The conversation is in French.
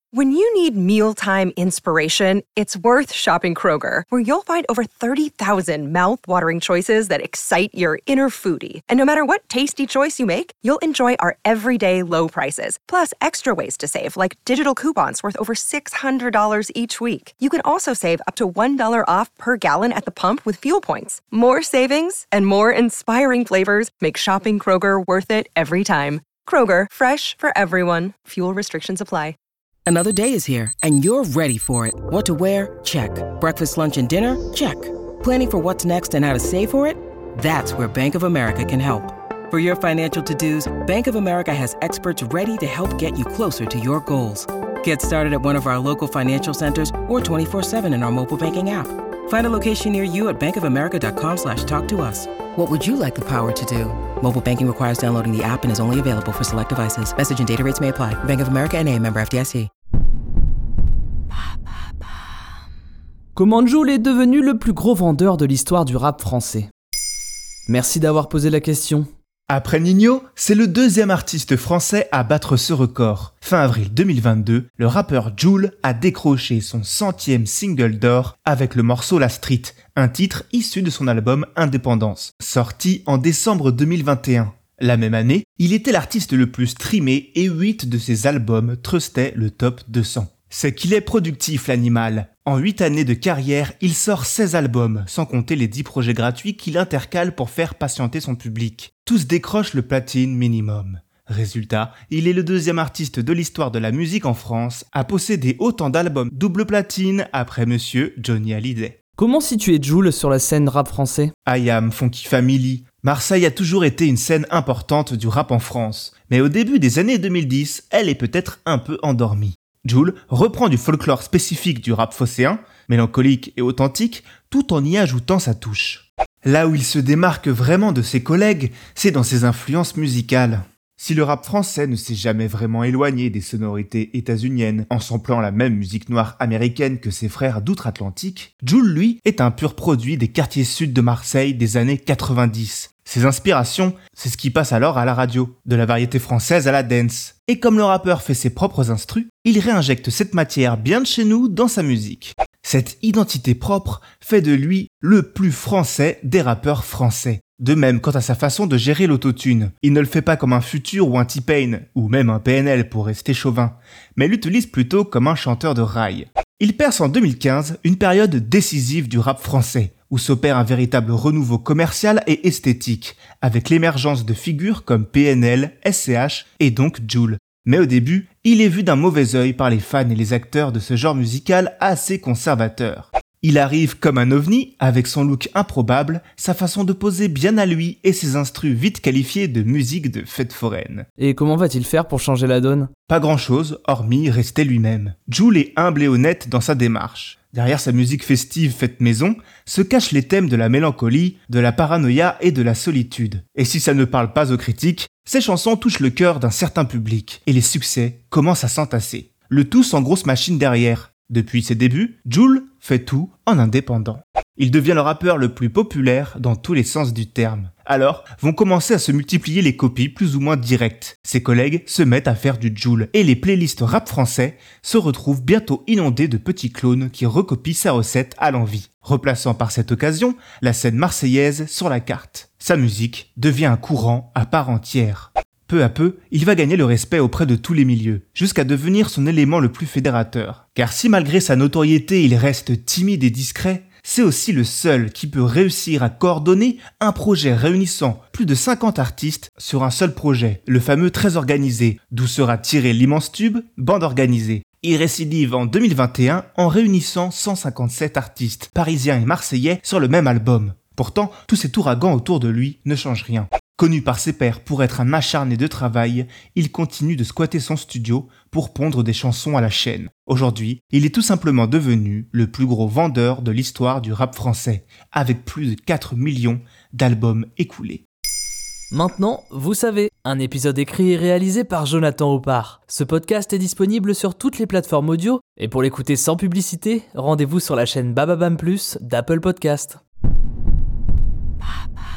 When you need mealtime inspiration, it's worth shopping Kroger, where you'll find over 30,000 mouth-watering choices that excite your inner foodie. And no matter what tasty choice you make, you'll enjoy our everyday low prices, plus extra ways to save, like digital coupons worth over $600 each week. You can also save up to $1 off per gallon at the pump with fuel points. More savings and more inspiring flavors make shopping Kroger worth it every time. Kroger, fresh for everyone. Fuel restrictions apply. Another day is here, and you're ready for it. What to wear? Check. Breakfast, lunch, and dinner? Check. Planning for what's next and how to save for it? That's where Bank of America can help. For your financial to-dos, Bank of America has experts ready to help get you closer to your goals. Get started at one of our local financial centers or 24/7 in our mobile banking app. Find a location near you at bankofamerica.com/talktous. What would you like the power to do? Mobile banking requires downloading the app and is only available for select devices. Message and data rates may apply. Bank of America N.A., member FDIC. Comment Jul est devenu le plus gros vendeur de l'histoire du rap français? Merci d'avoir posé la question. Après Ninho, c'est le deuxième artiste français à battre ce record. Fin avril 2022, le rappeur Jul a décroché son 100e single d'or avec le morceau La Street, un titre issu de son album Indépendance, sorti en décembre 2021. La même année, il était l'artiste le plus streamé et 8 de ses albums trustaient le top 200. C'est qu'il est productif, l'animal. En 8 années de carrière, il sort 16 albums, sans compter les 10 projets gratuits qu'il intercale pour faire patienter son public. Tous décrochent le platine minimum. Résultat, il est le deuxième artiste de l'histoire de la musique en France à posséder autant d'albums double platine après monsieur Johnny Hallyday. Comment situer Jul sur la scène rap français? IAM, Funky Family. Marseille a toujours été une scène importante du rap en France. Mais au début des années 2010, elle est peut-être un peu endormie. Jul reprend du folklore spécifique du rap phocéen, mélancolique et authentique, tout en y ajoutant sa touche. Là où il se démarque vraiment de ses collègues, c'est dans ses influences musicales. Si le rap français ne s'est jamais vraiment éloigné des sonorités états-uniennes en samplant la même musique noire américaine que ses frères d'outre-Atlantique, Jul, lui, est un pur produit des quartiers sud de Marseille des années 90. Ses inspirations, c'est ce qui passe alors à la radio, de la variété française à la dance. Et comme le rappeur fait ses propres instrus, il réinjecte cette matière bien de chez nous dans sa musique. Cette identité propre fait de lui le plus français des rappeurs français. De même quant à sa façon de gérer l'autotune. Il ne le fait pas comme un Futur ou un T-Pain, ou même un PNL pour rester chauvin, mais l'utilise plutôt comme un chanteur de rail. Il perce en 2015, une période décisive du rap français, où s'opère un véritable renouveau commercial et esthétique, avec l'émergence de figures comme PNL, SCH et donc Jul. Mais au début, il est vu d'un mauvais œil par les fans et les acteurs de ce genre musical assez conservateur. Il arrive comme un ovni, avec son look improbable, sa façon de poser bien à lui et ses instrus vite qualifiés de musique de fête foraine. Et comment va-t-il faire pour changer la donne? Pas grand-chose, hormis rester lui-même. Jul est humble et honnête dans sa démarche. Derrière sa musique festive faite maison, se cachent les thèmes de la mélancolie, de la paranoïa et de la solitude. Et si ça ne parle pas aux critiques, ces chansons touchent le cœur d'un certain public, et les succès commencent à s'entasser. Le tout sans grosse machine derrière. Depuis ses débuts, Jul fait tout en indépendant. Il devient le rappeur le plus populaire dans tous les sens du terme. Alors, vont commencer à se multiplier les copies plus ou moins directes. Ses collègues se mettent à faire du Jul et les playlists rap français se retrouvent bientôt inondées de petits clones qui recopient sa recette à l'envi, replaçant par cette occasion la scène marseillaise sur la carte. Sa musique devient un courant à part entière. Peu à peu, il va gagner le respect auprès de tous les milieux, jusqu'à devenir son élément le plus fédérateur. Car si malgré sa notoriété il reste timide et discret, c'est aussi le seul qui peut réussir à coordonner un projet réunissant plus de 50 artistes sur un seul projet, le fameux Très Organisé, d'où sera tiré l'immense tube Bande Organisée. Il récidive en 2021 en réunissant 157 artistes, parisiens et marseillais, sur le même album. Pourtant, tous cet ouragan autour de lui ne change rien. Connu par ses pairs pour être un acharné de travail, il continue de squatter son studio pour pondre des chansons à la chaîne. Aujourd'hui, il est tout simplement devenu le plus gros vendeur de l'histoire du rap français, avec plus de 4 millions d'albums écoulés. Maintenant, vous savez, un épisode écrit et réalisé par Jonathan Oppard. Ce podcast est disponible sur toutes les plateformes audio, et pour l'écouter sans publicité, rendez-vous sur la chaîne Bababam Plus d'Apple Podcast.